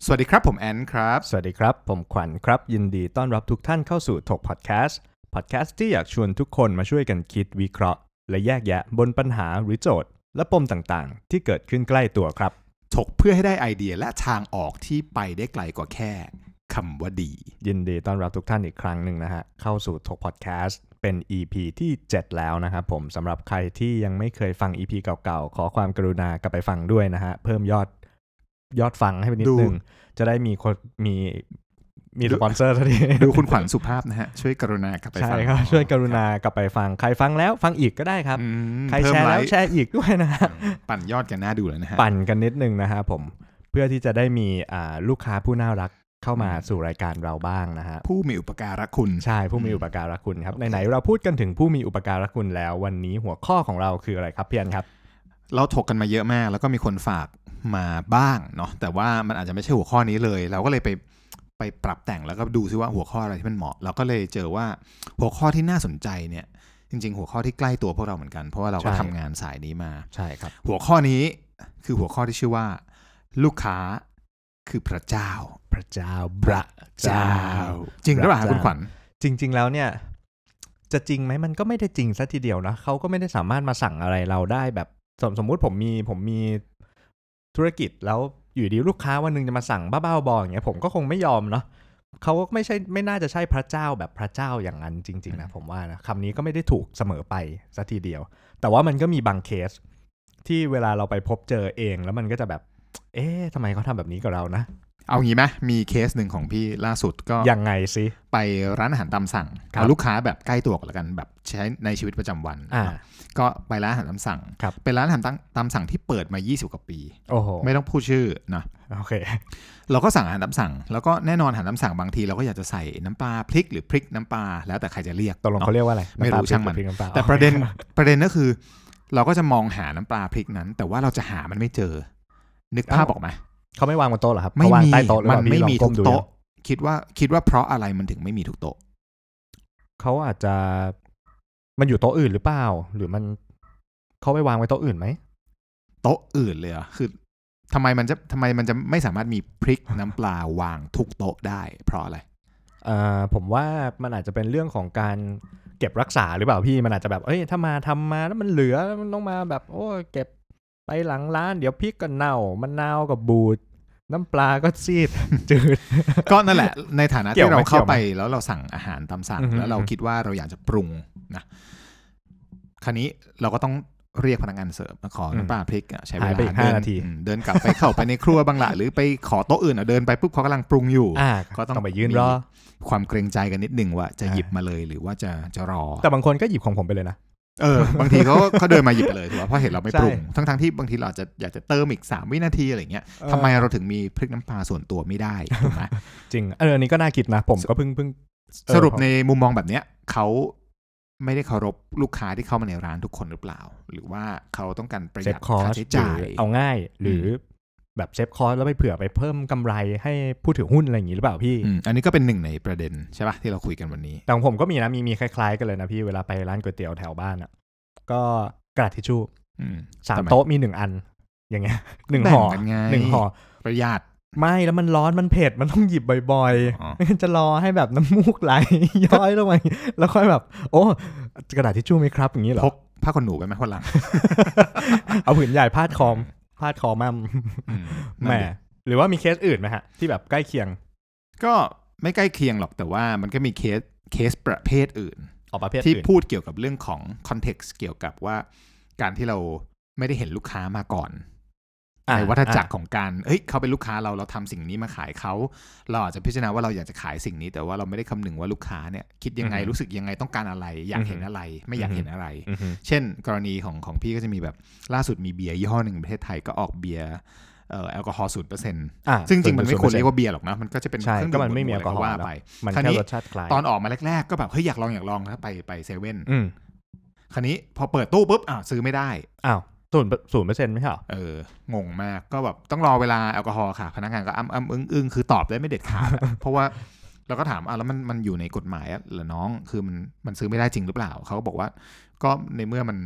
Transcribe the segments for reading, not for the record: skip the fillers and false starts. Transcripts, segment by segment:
สวัสดีครับผมแอนครับสวัสดีครับผมขวัญครับยินดีต้อนรับทุกท่านเข้าสู่ถกพอดแคสต์ที่อยากชวนทุกคนมาช่วยกันคิดวิเคราะห์และแยกแยะบนปัญหาหรือโจทย์และปมต่างๆที่เกิดขึ้นใกล้ตัวครับถกเพื่อให้ได้ไอเดียและทางออกที่ไปได้ไกลกว่าแค่คำว่าดียินดีต้อนรับทุกท่านอีกครั้งหนึ่งนะฮะเข้าสู่ถกพอดแคสต์เป็น EP ที่7แล้วนะครับผมสำหรับใครที่ยังไม่เคยฟัง EP เก่าๆขอความกรุณากลับไปฟังด้วยนะฮะเพิ่มยอดฟังให้ไปนิดนึงจะได้มีคนมีสปอนเซอร์ทันทีดูคุณขวัญสุภาพนะฮะช่วยกรุณากลับไปฟังใช่ครับช่วยกรุณากลับไปฟังใครฟังแล้วฟังอีกก็ได้ครับใครแชร์แล้วแชร์อีกด้วยนะฮะปั่นยอดกันน่าดูเลยนะฮะปั่นกันนิดนึงนะฮะผมเพื่อที่จะได้มีลูกค้าผู้น่ารักเข้ามาสู่รายการเราบ้างนะฮะผู้มีอุปการะคุณใช่ผู้มีอุปการะคุณครับไหนๆเราพูดกันถึงผู้มีอุปการะคุณแล้ววันนี้หัวข้อของเราคืออะไรครับเพียรครับเราถกกันมาเยอะมากแล้วก็มีคนฝากมาบ้างเนาะแต่ว่ามันอาจจะไม่ใช่หัวข้อนี้เลยเราก็เลยไปปรับแต่งแล้วก็ดูซิว่าหัวข้ออะไรที่มันเหมาะเราก็เลยเจอว่าหัวข้อที่น่าสนใจเนี่ยจริงๆหัวข้อที่ใกล้ตัวพวกเราเหมือนกันเพราะว่าเราก็ทำงานสายนี้มาใช่ครับหัวข้อนี้คือหัวข้อที่ชื่อว่าลูกค้าคือพระเจ้าพระเจ้าจริงหรือเปล่าคุณขวัญจริงๆแล้วเนี่ยจะจริงไหมมันก็ไม่ได้จริงซะทีเดียวนะเขาก็ไม่ได้สามารถมาสั่งอะไรเราได้แบบสมมุติผมมีธุรกิจแล้วอยู่ดีลูกค้าวันนึงจะมาสั่งบ้าๆบอๆอย่างเงี้ยผมก็คงไม่ยอมเนาะเขาก็ไม่น่าจะใช่พระเจ้าแบบพระเจ้าอย่างนั้นจริงๆนะผมว่านะคำนี้ก็ไม่ได้ถูกเสมอไปซะทีเดียวแต่ว่ามันก็มีบางเคสที่เวลาเราไปพบเจอเองแล้วมันก็จะแบบเอ๊ะทำไมเขาทำแบบนี้กับเรานะเอางี้ไหมมีเคสหนึ่งของพี่ล่าสุดก็ยังไงสิไปร้านอาหารตามสั่งเอาลูกค้าแบบใกล้ตัวกันแล้วกันแบบใช้ในชีวิตประจำวันก็ไปร้านอาหารตามสั่งเป็นร้านอาหารตามสั่งที่เปิดมา20กว่าปีไม่ต้องพูดชื่อนะโอเคเราก็สั่งอาหารตามสั่งแล้วก็แน่นอนอาหารตามสั่งบางทีเราก็อยากจะใส่น้ำปลาพริกหรือพริกน้ำปลาแล้วแต่ใครจะเรียกตกลงเขาเรียกว่าอะไรไม่รู้ช่างมันแต่ประเด็นก็คือเราก็จะมองหาน้ำปลาพริกนั้นแต่ว่าเราจะหามันไม่เจอนึกภาพออกไหมเขาไม่วางบนโต๊ะเหรอครับไม่มีมันไม่มีทุกโต๊ะคิดว่าเพราะอะไรมันถึงไม่มีทุกโต๊ะเขาอาจจะมันอยู่โต๊ะอื่นหรือเปล่าหรือมันเขาไปวางไว้โต๊ะอื่นไหมโต๊ะอื่นเลยอ่ะคือทำไมมันจะไม่สามารถมีพริกน้ำปลาวางทุกโต๊ะได้เพราะอะไรผมว่ามันอาจจะเป็นเรื่องของการเก็บรักษาหรือเปล่าพี่มันอาจจะแบบถ้ามาทำมาแล้วมันเหลือมันต้องมาแบบเก็บไปหลังร้านเดี๋ยวพริกก็เน่ามะนาวก็บูดน้ำปลาก็ซีดจืดก็นั่นแหละในฐานะที่เราเข้าไปแล้วเราสั่งอาหารตามสั่งแล้วเราคิดว่าเราอยากจะปรุงนะคราวนี้เราก็ต้องเรียกพนักงานเสิร์ฟมาขอน้ำปลาพริกใช้เวลา 5 นาทีเดินกลับไปเข้าไปในครัวบางละหรือไปขอโต๊ะอื่นเดินไปปุ๊บเขากำลังปรุงอยู่ก็ต้องไปยืนรอความเกรงใจกันนิดนึงว่าจะหยิบมาเลยหรือว่าจะรอแต่บางคนก็หยิบของผมไปเลยนะบางทีเขาเดินมาหยิบไปเลยถูกป่ะเพราะเห็นเราไม่ปรุงทั้งที่บางทีเราจะอยากจะเติมอีก3 วินาทีอะไรเงี้ยทำไมเราถึงมีพริกน้ำปลาส่วนตัวไม่ได้ถูกไหมจริงอันนี้ก็น่าคิดนะผมก็เพิ่งสรุปในมุมมองแบบเนี้ยเขาไม่ได้เคารพลูกค้าที่เข้ามาในร้านทุกคนหรือเปล่าหรือว่าเขาต้องการประหยัดค่าใช้จ่ายเอาง่ายหรือแบบเซฟคอสแล้วไปเผื่อไปเพิ่มกำไรให้ผู้ถือหุ้นอะไรอย่างนี้หรือเปล่าพี่อันนี้ก็เป็นหนึ่งในประเด็นใช่ป่ะที่เราคุยกันวันนี้แต่ของผมก็มีนะมีคล้ายๆกันเลยนะพี่เวลาไปร้านก๋วยเตี๋ยวแถวบ้านอ่ะก็กระดาษทิชชู่3 โต๊ะมี1 อันอย่างเงี้ย1 ห่อ1 ห่อประหยัดไม่แล้วมันร้อนมันเผ็ดมันต้องหยิบบ่อยๆจะรอให้แบบน้ำมูกไหลย้อยลงไปแล้วค่อยแบบกระดาษทิชชู่ไหมครับอย่างนี้เหรอพกผ้าขนหนูไปไหมคนหลังเอาผืนใหญ่พาดคอมั่มแหมหรือว่ามีเคสอื่นไหมฮะที่แบบใกล้เคียงก็ไม่ใกล้เคียงหรอกแต่ว่ามันก็มีเคสประเภทอื่นที่พูดเกี่ยวกับเรื่องของคอนเท็กซ์เกี่ยวกับว่าการที่เราไม่ได้เห็นลูกค้ามาก่อนในวัฏจักรของการเขาเป็นลูกค้าเราทำสิ่งนี้มาขายเขาเราอาจจะพิจารณาว่าเราอยากจะขายสิ่งนี้แต่ว่าเราไม่ได้คำนึงว่าลูกค้าเนี่ยคิดยังไงรู้สึกยังไงต้องการอะไรอยากเห็นอะไรไม่อยากเห็นอะไรเช่นกรณีของพี่ก็จะมีแบบล่าสุดมีเบียร์ยี่ห้อหนึ่งในประเทศไทยก็ออกเบียร์แอลกอฮอล์ 0% ซึ่งจริงมันไม่ควรเรียกว่าเบียร์หรอกนะมันก็จะเป็นเครื่องดื่มไม่มีแอลกอฮอล์ว่าไปคราวนี้ตอนออกมาแรกๆก็แบบอยากลองนะไปเซเว่นคราวนี้พอเปิดตู้ปุ๊บซื้อไม่ได้ 0%ไม่ใช่หรองงมากก็แบบต้องรอเวลาแอลกอฮอล์ค่ะพนักงานก็อึ้งคือตอบได้ไม่เด็ดขาด เพราะว่าเราก็ถามแล้วมันอยู่ในกฎหมายเหรอน้องคือมันซื้อไม่ได้จริงหรือเปล่าเขาก็บอกว่าก็ในเมื่อมัน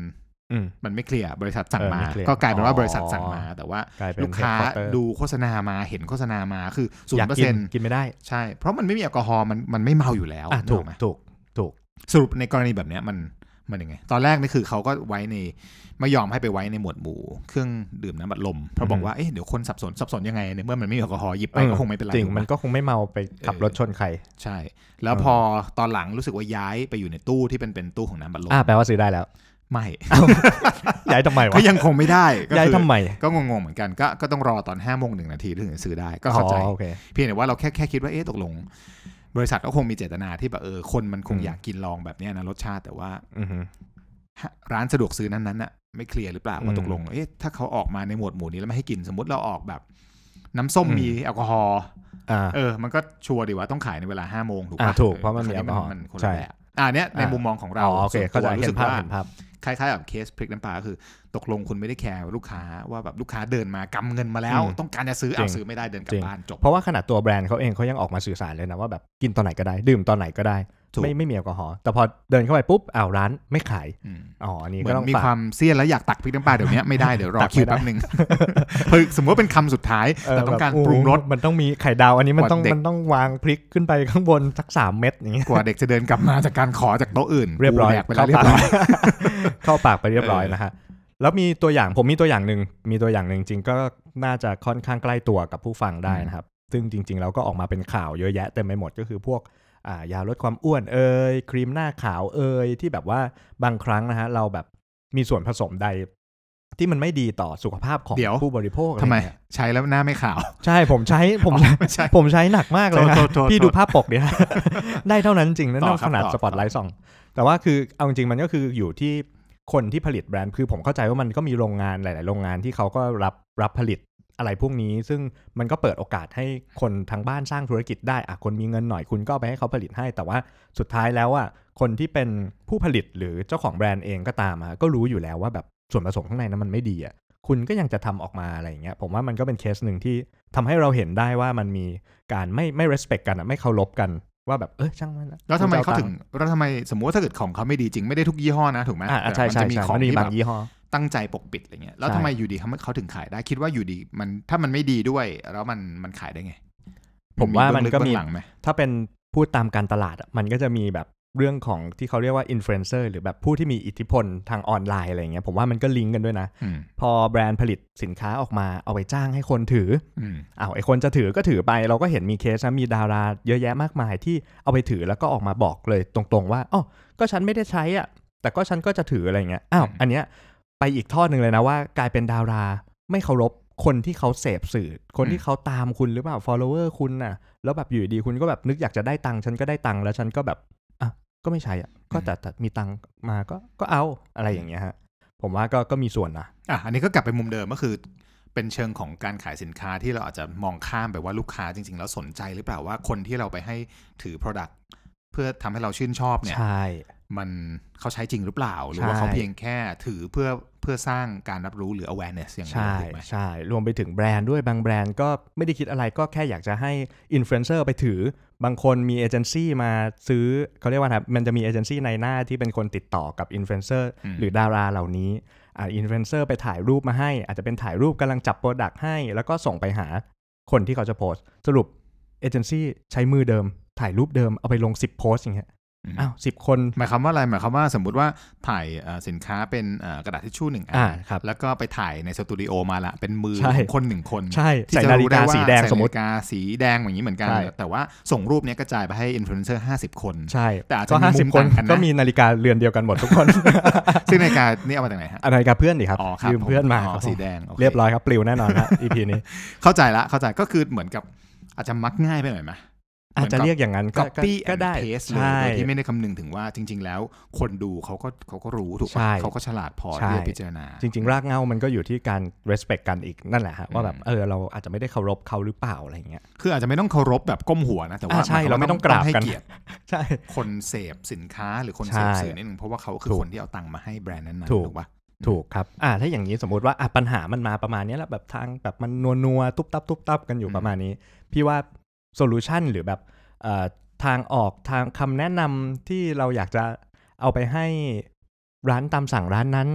มันไม่เคลียร์บริษัทสั่งมาก็กลายเป็นว่าบริษัทสั่งมาแต่ว่าลูกค้าดูโฆษณามาเห็นโฆษณามาคือ 0% กินไม่ได้ใช่เพราะมันไม่มีแอลกอฮอล์มันไม่เมาอยู่แล้วถูกสรุปในกรณีแบบนี้มันยังไงตอนแรกนี่คือเขาก็ไว้ในไม่ยอมให้ไปไว้ในหมวดหมู่เครื่องดื่มน้ำอัดลมเพราะบอกว่าเดี๋ยวคนสับสนยังไงในเมื่อมันไม่มีแอลกอฮอล์หยิบไปก็คงไม่เป็นไรจริงมันก็คงไม่เมาไปขับรถชนใครใช่แล้วพอตอนหลังรู้สึกว่าย้ายไปอยู่ในตู้ที่เป็นตู้ของน้ำอัดลมแปลว่าซื้อได้แล้วไม่ย้ายทำไมวะก็ยังคงไม่ได้ย้ายทำไมก็งงๆเหมือนกันก็ต้องรอตอน 5:01 น.ถึงจะซื้อได้ก็เข้าใจเพียงแต่ว่าเราแค่คิดว่าตกลงบริษัทก็คงมีเจตนาที่แบบคนมันคงอยากกินลองแบบนี้นะรสชาติแต่ว่าร้านสะดวกซื้อนั้นๆน่ะไม่เคลียร์หรือเปล่าว่าตกลงถ้าเขาออกมาในหมวดหมู่นี้แล้วไม่ให้กินสมมติเราออกแบบน้ำส้มมีแอลกอฮอล์มันก็ชัวร์ดีว่าต้องขายในเวลา 5 โมงถูกป่ะถูกเพราะมันมีแอลกอฮอล์ใช่เนี้ยในมุมมองของเราเข้าใจเห็นภาพคล้ายๆแบบเคสพริกน้ำปลาคือตกลงคุณไม่ได้แคร์ลูกค้าว่าแบบลูกค้าเดินมากำเงินมาแล้วต้องการจะซื้อซื้อไม่ได้เดินกลับบ้านจบเพราะว่าขนาดตัวแบรนด์เขาเองเขายังออกมาสื่อสารเลยนะว่าแบบกินตอนไหนก็ได้ดื่มตอนไหนก็ได้ไม่มีแอลกอฮอล์แต่พอเดินเข้าไปปุ๊บร้านไม่ขายอันนี้ก็ต้องมีความเสี้ยนแล้วอยากตักพริกน้ำปลาเดี๋ยวนี้ไม่ได้เดี๋ยวรอคิวแป๊บนึงสมมติว่าเป็นคำสุดท้ายแต่ต้องการปรุงรสมันต้องมีไข่ดาวอันนี้มันต้องวางพริกขึ้นไปข้างบนสัก3 เม็ดอย่างเงี้ยกว่าเด็กจะเดินกลับมาจากการขอจากโต๊ะอื่นเรียบร้อยเข้าปากไปเรียบร้อยนะฮะแล้วมีตัวอย่างผมมีตัวอย่างนึงจริงก็น่าจะค่อนข้างใกล้ตัวกับผู้ฟังได้นะครับซึ่งจริงๆแล้วก็ออกมาเป็นข่าวเยอะแยะเต็มไปหมดก็คือพวกยาลดความอ้วนครีมหน้าขาวที่แบบว่าบางครั้งนะฮะเราแบบมีส่วนผสมใดที่มันไม่ดีต่อสุขภาพของผู้บริโภคทำไมใช้แล้วหน้าไม่ขาวใช่ผมใช้หนักมากเลยนะพี่ดูภาพปกเนี่ยได้เท่านั้นจริงนั่นขนาดสปอตไลท์ส่องแต่ว่าคือเอาจริงมันก็คืออยู่ที่คนที่ผลิตแบรนด์คือผมเข้าใจว่ามันก็มีโรงงานหลายๆโรงงานที่เขาก็รับผลิตอะไรพวกนี้ซึ่งมันก็เปิดโอกาสให้คนทางบ้านสร้างธุรกิจได้คนมีเงินหน่อยคุณก็ไปให้เขาผลิตให้แต่ว่าสุดท้ายแล้วคนที่เป็นผู้ผลิตหรือเจ้าของแบรนด์เองก็ตามก็รู้อยู่แล้วว่าแบบส่วนผสมข้างในนั้นมันไม่ดีคุณก็ยังจะทำออกมาอะไรอย่างเงี้ยผมว่ามันก็เป็นเคสหนึ่งที่ทำให้เราเห็นได้ว่ามันมีการไม่ respect กันไม่เคารพกันว่าแบบช่างมันแล้วทำไมเขาถึงแล้วทำไมสมมติว่าถ้าเกิดของเขาไม่ดีจริงไม่ได้ทุกยี่ห้อนะถูกไหมใช่มันจะมีของที่บางยี่ห้อตั้งใจปกปิดอะไรเงี้ยแล้วทำไมอยู่ดีเขาถึงขายได้คิดว่าอยู่ดีมันถ้ามันไม่ดีด้วยแล้วมันขายได้ไงผมว่ามันก็มีถ้าเป็นพูดตามการตลาดมันก็จะมีแบบเรื่องของที่เขาเรียกว่าอินฟลูเอนเซอร์หรือแบบผู้ที่มีอิทธิพลทางออนไลน์อะไรเงี้ยผมว่ามันก็ลิงก์กันด้วยนะพอแบรนด์ผลิตสินค้าออกมาเอาไปจ้างให้คนถือไอ้คนจะถือก็ถือไปเราก็เห็นมีเคสมีดาราเยอะแยะมากมายที่เอาไปถือแล้วก็ออกมาบอกเลยตรงๆว่าก็ฉันไม่ได้ใช้แต่ก็ฉันก็จะถืออะไรเงี้ยอันเนี้ยไปอีกทอดนึงเลยนะว่ากลายเป็นดาราไม่เคารพคนที่เขาเสพสื่อคนที่เขาตามคุณหรือเปล่า follower คุณน่ะแล้วแบบอยู่ดีคุณก็แบบนึกอยากจะได้ตังค์ฉันก็ได้ตังค์แล้วฉันก็แบบก็ไม่ใช่ก็แต่มีตังค์มาก็เอาอะไรอย่างเงี้ยฮะผมว่าก็มีส่วนนะอันนี้ก็กลับไปมุมเดิมก็คือเป็นเชิงของการขายสินค้าที่เราอาจจะมองข้ามไปว่าลูกค้าจริงๆแล้วสนใจหรือเปล่าว่าคนที่เราไปให้ถือ product เพื่อทำให้เราชื่นชอบเนี่ยมันเขาใช้จริงหรือเปล่าหรือว่าเขาเพียงแค่ถือเพื่อสร้างการรับรู้หรือ awareness อย่างไรถูกไหมใช่รวมไปถึงแบรนด์ด้วยบางแบรนด์ก็ไม่ได้คิดอะไรก็แค่อยากจะให้อินฟลูเอนเซอร์ไปถือบางคนมีเอเจนซี่มาซื้อเขาเรียกว่ามันจะมีเอเจนซี่ในหน้าที่เป็นคนติดต่อกับอินฟลูเอนเซอร์หรือดาราเหล่านี้อินฟลูเอนเซอร์ไปถ่ายรูปมาให้อาจจะเป็นถ่ายรูปกำลังจับโปรดักต์ให้แล้วก็ส่งไปหาคนที่เขาจะโพสต์สรุปเอเจนซี่ใช้มือเดิมถ่ายรูปเดิมเอาไปลง10โพสต์อย่างเงี้ย10 คนหมายความว่าอะไรหมายความว่าสมมุติว่าถ่ายสินค้าเป็นกระดาษทิชชู่1 อันแล้วก็ไปถ่ายในสตูดิโอมาละเป็นมือของคน1 คนใใส่นาฬิกาสีแดงสมมตินาฬิกาสีแดงอย่างนี้เหมือนกันแต่ว่าส่งรูปนี้กระจายไปให้อินฟลูเอนเซอร์50 คนใช่แต่อาจจะมีมุมต่างกันก็มีนาฬิกาเรือนเดียวกันหมดทุกคนซึ่งนาฬิกานี่เอามาจากไหนฮะนาฬิกาเพื่อนดิครับยืมเพื่อนมาสีแดงเรียบร้อยครับปลิวแน่นอนครับ EP นี้เข้าใจก็คือเหมือนกับอาจจะมักง่ายไปหน่อยไหมอาจจะเรียกอย่างนั้นก็ได้ใช่ที่ไม่ได้คำนึงถึงว่าจริงๆแล้วคนดูเขาก็รู้ถูกป่ะเขาก็ฉลาดพอที่จะพิจารณาจริงๆรากเหง้ามันก็อยู่ที่การ respect กันอีกนั่นแหละฮะว่าแบบเราอาจจะไม่ได้เคารพเขาหรือเปล่าอะไรเงี้ยคืออาจจะไม่ต้องเคารพแบบก้มหัวนะแต่ว่าใช่เราไม่ต้องกราบกันใช่คนเสพสินค้าหรือคนเสพสื่อนิดนึงเพราะว่าเขาคือคนที่เอาตังค์มาให้แบรนด์นั้นๆถูกป่ะถูกครับถ้าอย่างนี้สมมติว่าปัญหามันมาประมาณนี้แล้วแบบทางแบบมันนัวตุ๊บตับกันอยู่ประมาณนี้พี่ว่าโซลูชันหรือแบบทางออกทางคำแนะนำที่เราอยากจะเอาไปให้ร้านตามสั่งร้านนั้น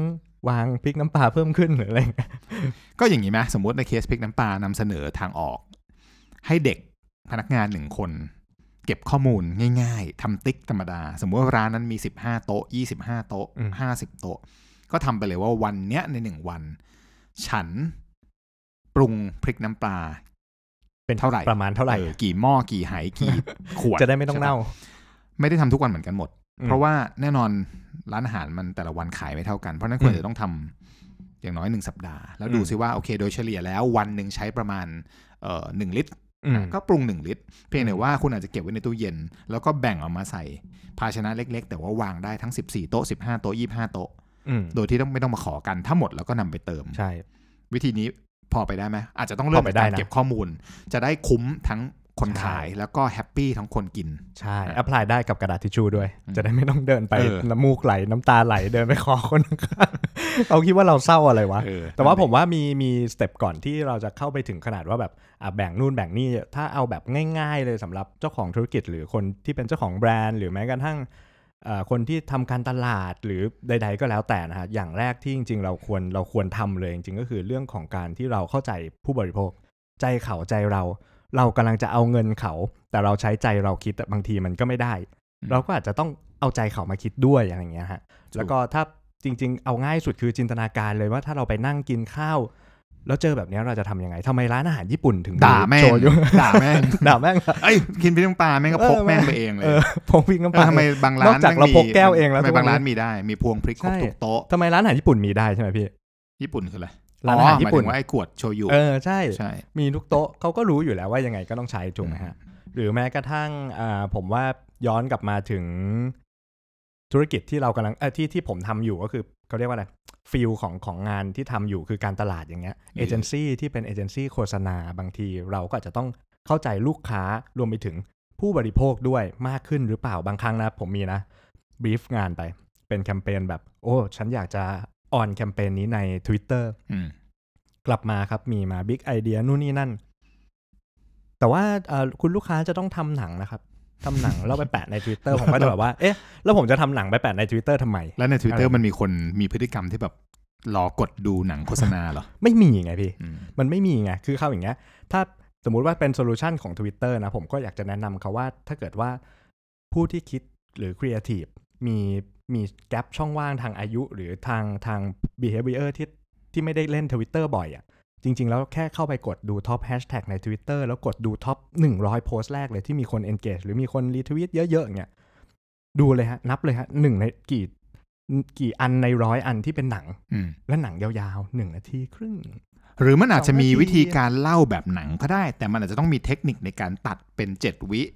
วางพริกน้ำปลาเพิ่มขึ้นหรืออะไรก็อย่างนี้ไหมสมมติในเคสพริกน้ำปลานำเสนอทางออกให้เด็กพนักงาน1คนเก็บข้อมูลง่ายๆทำติ๊กธรรมดาสมมติว่าร้านนั้นมี15โต๊ะ25โต๊ะ50โต๊ะก็ทำไปเลยว่าวันเนี้ยใน1วันฉันปรุงพริกน้ำปลาเป็นเท่าไหร่ประมาณเท่าไหร่กี่หม้อกี่ไหกี่ขวดจะได้ไม่ต้องเน่าไม่ได้ทำทุกวันเหมือนกันหมดเพราะว่าแน่นอนร้านอาหารมันแต่ละวันขายไม่เท่ากันเพราะนั้นควรจะต้องทำอย่างน้อย1สัปดาห์แล้วดูซิว่าโอเคโดยเฉลี่ยแล้ววันหนึ่งใช้ประมาณ1 ลิตรก็ปรุง1 ลิตรเพียงแต่ว่าคุณอาจจะเก็บไว้ในตู้เย็นแล้วก็แบ่งออกมาใส่ภาชนะเล็กๆแต่ว่าวางได้ทั้ง14โต๊ะ15โต๊ะ25โต๊ะโดยที่ไม่ต้องมาขอกันถ้าหมดแล้วก็นำไปเติมใช่วิธีนี้พอไปได้ไหมอาจจะต้องเริ่มจากการเก็บข้อมูลจะได้คุ้มทั้งคนขายแล้วก็แฮปปี้ทั้งคนกินใช่แอพพลายได้กับกระดาษทิชชู่ด้วยจะได้ไม่ต้องเดินไปน้ำมูกไหลน้ำตาไหลเดินไปขอคนข้างเขาคิดว่าเราเศร้าอะไรวะแต่ว่าผมว่ามีสเต็ปก่อนที่เราจะเข้าไปถึงขนาดว่าแบบแบ่งนู่นแบ่งนี่ถ้าเอาแบบง่ายๆเลยสำหรับเจ้าของธุรกิจหรือคนที่เป็นเจ้าของแบรนด์หรือแม้กระทั่งคนที่ทำการตลาดหรือใดๆก็แล้วแต่นะฮะอย่างแรกที่จริงๆเราควรทำเลยจริงๆก็คือเรื่องของการที่เราเข้าใจผู้บริโภคใจเขาใจเรากำลังจะเอาเงินเขาแต่เราใช้ใจเราคิดแต่บางทีมันก็ไม่ได้เราก็อาจจะต้องเอาใจเขามาคิดด้วยอย่างเงี้ยฮะแล้วก็ถ้าจริงๆเอาง่ายสุดคือจินตนาการเลยว่าถ้าเราไปนั่งกินข้าวแล้วเจอแบบนี้เราจะทำยังไงทำไมร้านอาหารญี่ปุ่นถึงด่าแม่งด่าแม่งเอ้ยกินพริกน้ำปลาแม่งก็พกแม่งไปเองเลยพกพริกน้ำปลาทำไมบางร้านนอกจากเราพกแก้วเองแล้วทำไมบางร้านมีได้มีพวงพริกครบทุกโต๊ะทำไมร้านอาหารญี่ปุ่นมีได้ใช่ไหมพี่ญี่ปุ่นคืออะไรร้านอาหารญี่ปุ่นว่าไอ้ขวดโชยุใช่มีทุกโต๊ะเขาก็รู้อยู่แล้วว่ายังไงก็ต้องใช้ถูกไหมฮะหรือแม้กระทั่งผมว่าย้อนกลับมาถึงธุรกิจที่เรากำลังที่ผมทำอยู่ก็คือเขาเรียกว่าอะไรฟีลของงานที่ทำอยู่คือการตลาดอย่างเงี้ยเอเจนซี่ที่เป็นเอเจนซี่โฆษณาบางทีเราก็อาจจะต้องเข้าใจลูกค้ารวมไปถึงผู้บริโภคด้วยมากขึ้นหรือเปล่าบางครั้งนะผมมีนะบรีฟงานไปเป็นแคมเปญแบบโอ้ฉันอยากจะออนแคมเปญนี้ใน Twitter กลับมาครับมีมาบิ๊กไอเดียนู่นนี่นั่นแต่ว่าคุณลูกค้าจะต้องทำหนังนะครับทำหนังแล้วไปแปะใน Twitter ผมก็จะแบบว่าเอ๊ะแล้วผมจะทำหนังไปแปะใน Twitter ทำไมแล้วใน Twitter มันมีคนมีพฤติกรรมที่แบบรอกดดูหนังโฆษณาเหรอไม่มีไงพี่มันไม่มีไงคือเข้าอย่างเงี้ยถ้าสมมุติว่าเป็นโซลูชันของ Twitter นะผมก็อยากจะแนะนำเขาว่าถ้าเกิดว่าผู้ที่คิดหรือครีเอทีฟมีแกปช่องว่างทางอายุหรือทาง behavior ที่ไม่ได้เล่น Twitter บ่อยอ่ะจริงๆแล้วแค่เข้าไปกดดูท็อปแฮชแท็กใน Twitter แล้วกดดูท็อป100โพสต์แรกเลยที่มีคน engage หรือมีคนรีทวีตเยอะๆอย่างเงี้ยดูเลยฮะนับเลยฮะ1ในกี่อันใน100อันที่เป็นหนังและหนังยาวๆ1นาทีครึ่งหรือมันอาจจะมีวิธีการเล่าแบบหนังก็ได้แต่มันอาจจะต้องมีเทคนิคในการตัดเป็น7วิ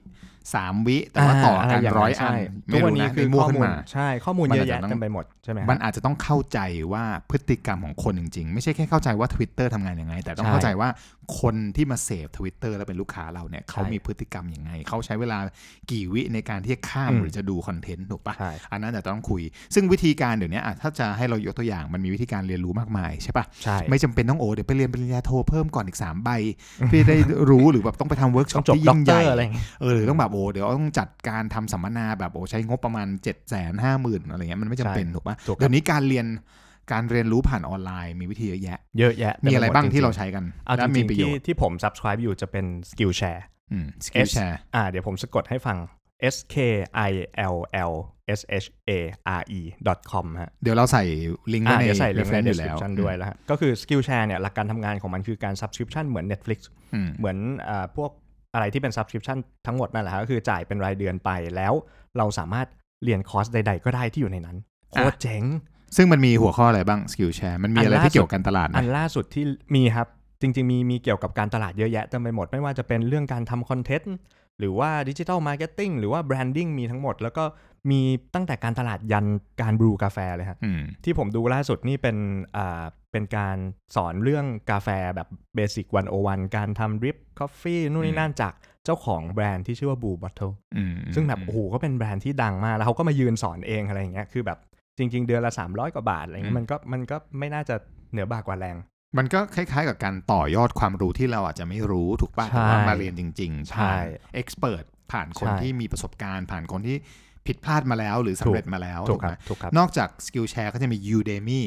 3วิแต่ว่าต่อกัน100อันไม่รู้นะคือข้อมูลใช่ข้อมูลเยอะแยะเต็มไปหมดใช่ไหมมันอาจจะต้องเข้าใจว่าพฤติกรรมของคนจริงๆไม่ใช่แค่เข้าใจว่า Twitter ทำงานยังไงแต่ต้องเข้าใจว่าคนที่มาเสพ Twitter แล้วเป็นลูกค้าเราเนี่ยเขามีพฤติกรรมยังไงเขาใช้เวลากี่วิในการที่จะข้ามหรือจะดูคอนเทนต์ถูกปะอันนั้นจะต้องคุยซึ่งวิธีการเดี๋ยวนี้ถ้าจะให้เรายกตัวอย่างมันมีวิธีการเรียนรู้มากมายใช่ปะไม่จำเป็นต้องเดี๋ยวไปเรียนปริญญาโทเพิ่มก่อนอีก3ใบเพื่อได้รู้หรือแบบต้องไปทำเวิร์กช็อปที่ยิ่งใหญ่หรือต้องแบบเดี๋ยวต้องจัดการทำสัมมนาแบบใช้งบประมาณ 750,000 อะไรเงี้ยมันไม่จำเป็นถูกปะเดี๋ยวนี้การเรียนรู้ผ่านออนไลน์มีวิธีเยอะแยะมีอะไรบ้างที่เราใช้กันและมีประโยชน์ที่ผม subscribe อยู่จะเป็น Skillshare Skillshare เดี๋ยวผมสะกดให้ฟัง skillshare.com ฮะเดี๋ยวเราใส่ลิงก์ไว้ใน description ด้วยแล้วก็คือ Skillshare เนี่ยหลักการทำงานของมันคือการ subscription เหมือน Netflix เหมือนพวกอะไรที่เป็น subscription ทั้งหมดนั่นแหละก็คือจ่ายเป็นรายเดือนไปแล้วเราสามารถเรียนคอร์สใดๆก็ได้ที่อยู่ในนั้นโคตรเจ๋งซึ่งมันมีหัวข้ออะไรบ้าง Skillshare มันมีอะไรที่เกี่ยวกับการตลาดอันล่าสุดที่มีครับจริงๆมีเกี่ยวกับการตลาดเยอะแยะเต็มไปหมดไม่ว่าจะเป็นเรื่องการทำคอนเทนต์หรือว่าดิจิทัลมาร์เก็ตติ้งหรือว่าแบรนดิ้งมีทั้งหมดแล้วก็มีตั้งแต่การตลาดยันการบรูกาแฟเลยครับที่ผมดูล่าสุดนี่เป็นการสอนเรื่องกาแฟแบบเบสิก101การทำดริปคอฟฟี่นู่นนี่นั่นจากเจ้าของแบรนด์ที่ชื่อว่า Blue Bottle ซึ่งแบบโอ้โหก็เป็นแบรนด์ที่ดังมากแล้วเขาก็มายืนสอนเองอะไรอย่างเงี้ยคือแบบจริงๆเดือนละ300 กว่าบาทอะไรเงี้ยมันก็ไม่น่าจะเหนือบากกว่าแรงมันก็คล้ายๆกับการต่อยอดความรู้ที่เราอาจจะไม่รู้ถูกป่ะแต่ว่ามาเรียนจริงๆผ่านเอ็กซ์เพิร์ทผ่านคนที่มีประสบการณ์ผ่านคนที่ผิดพลาดมาแล้วหรือสำเร็จมาแล้วถูกไหมนอกจาก Skillshare ก็จะมี Udemy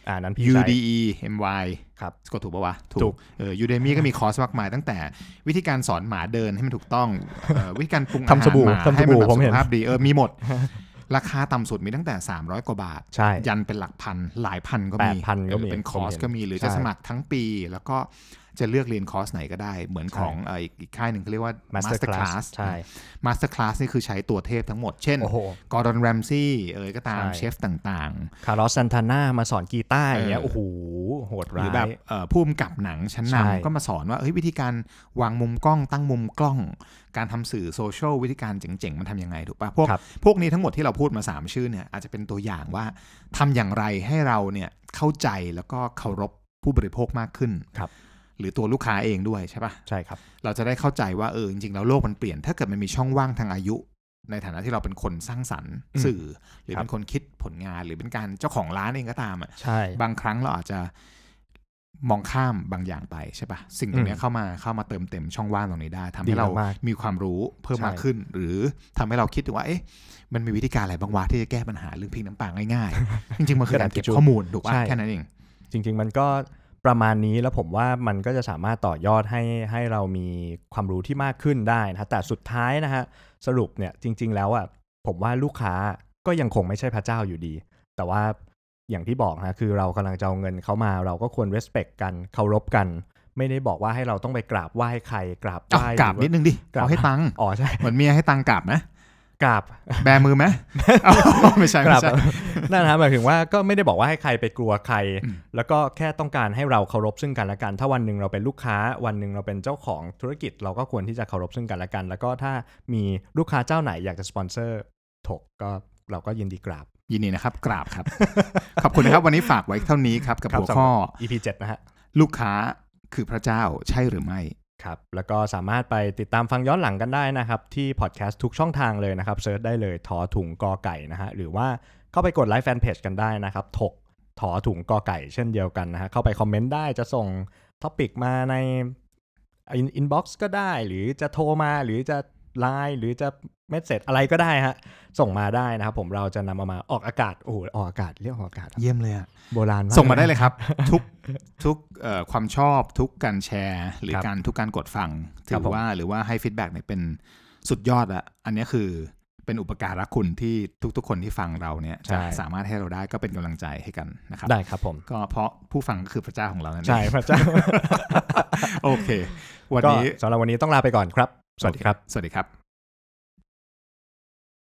นั้นพี่ UDEMY ครับกดถูกป่าววะถูกUdemy ก็มีคอร์สมากมายตั้งแต่วิธีการสอนหมาเดินให้มันถูกต้องวิธีการปรุงอาหารหมาให้มันสุขภาพดีมีหมดราคาต่ำสุดมีตั้งแต่300กว่าบาทยันเป็นหลักพันหลายพันก็มีเป็นคอร์สก็มีหรือจะสมัครทั้งปีแล้วก็จะเลือกเรียนคอร์สไหนก็ได้เหมือนของอีกค่ายหนึ่งเขาเรียกว่า Master Class ใช่ Master Class นี่คือใช้ตัวเทพทั้งหมดเช่น Gordon Ramsay ก็ตามเชฟต่างๆ Carlos Santana มาสอนกีตาร์อย่างเงี้ยโอ้โหโหดร้ายหรือแบบผู้กำกับหนังชั้นนำก็มาสอนว่าวิธีการวางมุมกล้องตั้งมุมกล้องการทำสื่อโซเชียลวิธีการเจ๋งๆมันทำยังไงถูกป่ะพวกนี้ทั้งหมดที่เราพูดมา3ชื่อเนี่ยอาจจะเป็นตัวอย่างว่าทำอย่างไรให้เราเนี่ยเข้าใจแล้วก็เคารพผู้บริโภคมากขึ้นหรือตัวลูกค้าเองด้วยใช่ป่ะใช่ครับเราจะได้เข้าใจว่าจริงๆแล้วโลกมันเปลี่ยนถ้าเกิดมันมีช่องว่างทางอายุในฐานะที่เราเป็นคนสร้างสรรค์สื่อหรือเป็นคนคิดผลงานหรือเป็นการเจ้าของร้านเองก็ตามใช่บางครั้งเราอาจจะมองข้ามบางอย่างไปใช่ป่ะสิ่งตรงนี้เข้ามาเติมเต็มช่องว่างตรงนี้ได้ทำให้เรามีความรู้เพิ่มมากขึ้นหรือทำให้เราคิดถึงว่ามันมีวิธีการอะไรบางวะที่จะแก้ปัญหาเรื่องพริกน้ำปลาง่ายๆจริงๆมันคือการเก็บข้อมูลถูกป่ะแค่นั้นเองจริงๆมันก็ประมาณนี้แล้วผมว่ามันก็จะสามารถต่อยอดให้เรามีความรู้ที่มากขึ้นได้นะแต่สุดท้ายนะฮะสรุปเนี่ยจริงๆแล้วผมว่าลูกค้าก็ยังคงไม่ใช่พระเจ้าอยู่ดีแต่ว่าอย่างที่บอกนะคือเรากำลังจะเอาเงินเขามาเราก็ควร respect กันเคารพกันไม่ได้บอกว่าให้เราต้องไปกราบไหว้ใครกราบไหว้กราบนิดนึงดิเอาให้ตังค์ใช่เหมือนเมียให้ตังค์กราบนะกราบแบมือไหมไม่ใช่นั่นนะหมายถึงว่าก็ไม่ได้บอกว่าให้ใครไปกลัวใครแล้วก็แค่ต้องการให้เราเคารพซึ่งกันและกันถ้าวันหนึ่งเราเป็นลูกค้าวันหนึ่งเราเป็นเจ้าของธุรกิจเราก็ควรที่จะเคารพซึ่งกันและกันแล้วก็ถ้ามีลูกค้าเจ้าไหนอยากจะสปอนเซอร์ถกก็เราก็ยินดีกราบยินดีนะครับกราบครับ ขอบคุณนะครับวันนี้ฝากไว้เท่านี้ครับกับหัวข้อ EP 7นะฮะลูกค้าคือพระเจ้าใช่หรือไม่ครับแล้วก็สามารถไปติดตามฟังย้อนหลังกันได้นะครับที่พอดแคสต์ทุกช่องทางเลยนะครับเซิร์ชได้เลยถอถุงกอไก่นะฮะหรือว่าเข้าไปกดไลค์แฟนเพจกันได้นะครับถกถอถุงกอไก่เช่นเดียวกันนะฮะเข้าไปคอมเมนต์ได้จะส่งท็อปิกมาในอินบ็อกซ์ก็ได้หรือจะโทรมาหรือจะไลน์หรือจะเมสเสจอะไรก็ได้ฮะส่งมาได้นะครับผมเราจะนำเอามาออกอากาศโอ้โหออกอากาศเรียกออกอากาศเยี่ยมเลยอะโบราณมากส่งมาได้เลยครับทุกความชอบทุกการแชร์หรือทุกการกดฟังถือว่าหรือว่าให้ฟีดแบ็กเนี่ยเป็นสุดยอดอะอันนี้คือเป็นอุปการะคุณที่ทุกๆคนที่ฟังเราเนี่ยจะสามารถให้เราได้ก็เป็นกำลังใจให้กันนะครับได้ครับผมก็เพราะผู้ฟังก็คือพระเจ้าของเรานั่นเองใช่พระเจ้าโอเควันนี้สำหรับวันนี้ต้องลาไปก่อนครับสวัสดีครับสวัสดีครับ